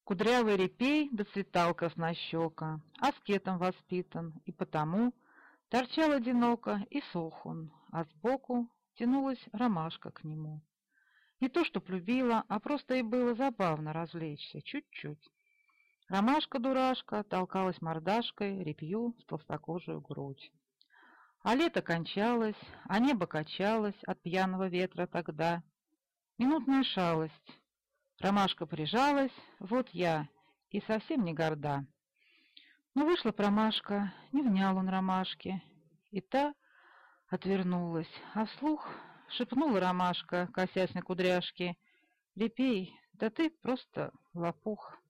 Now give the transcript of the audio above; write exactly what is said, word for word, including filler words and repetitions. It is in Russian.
Кудрявый репей доцветал краснощека, аскетом воспитан, и потому торчал одиноко и сух он, а сбоку тянулась ромашка к нему. Не то чтоб любила, а просто и было забавно развлечься, чуть-чуть. Ромашка-дурашка толкалась мордашкой репью в толстокожую грудь. А лето кончалось, а небо качалось от пьяного ветра тогда. Минутная шалость. Ромашка прижалась, вот я, и совсем не горда. Но вышла промашка, не внял он ромашке, и та отвернулась, а вслух шепнула ромашка, косясь на кудряшки: «Репей, да ты просто лопух».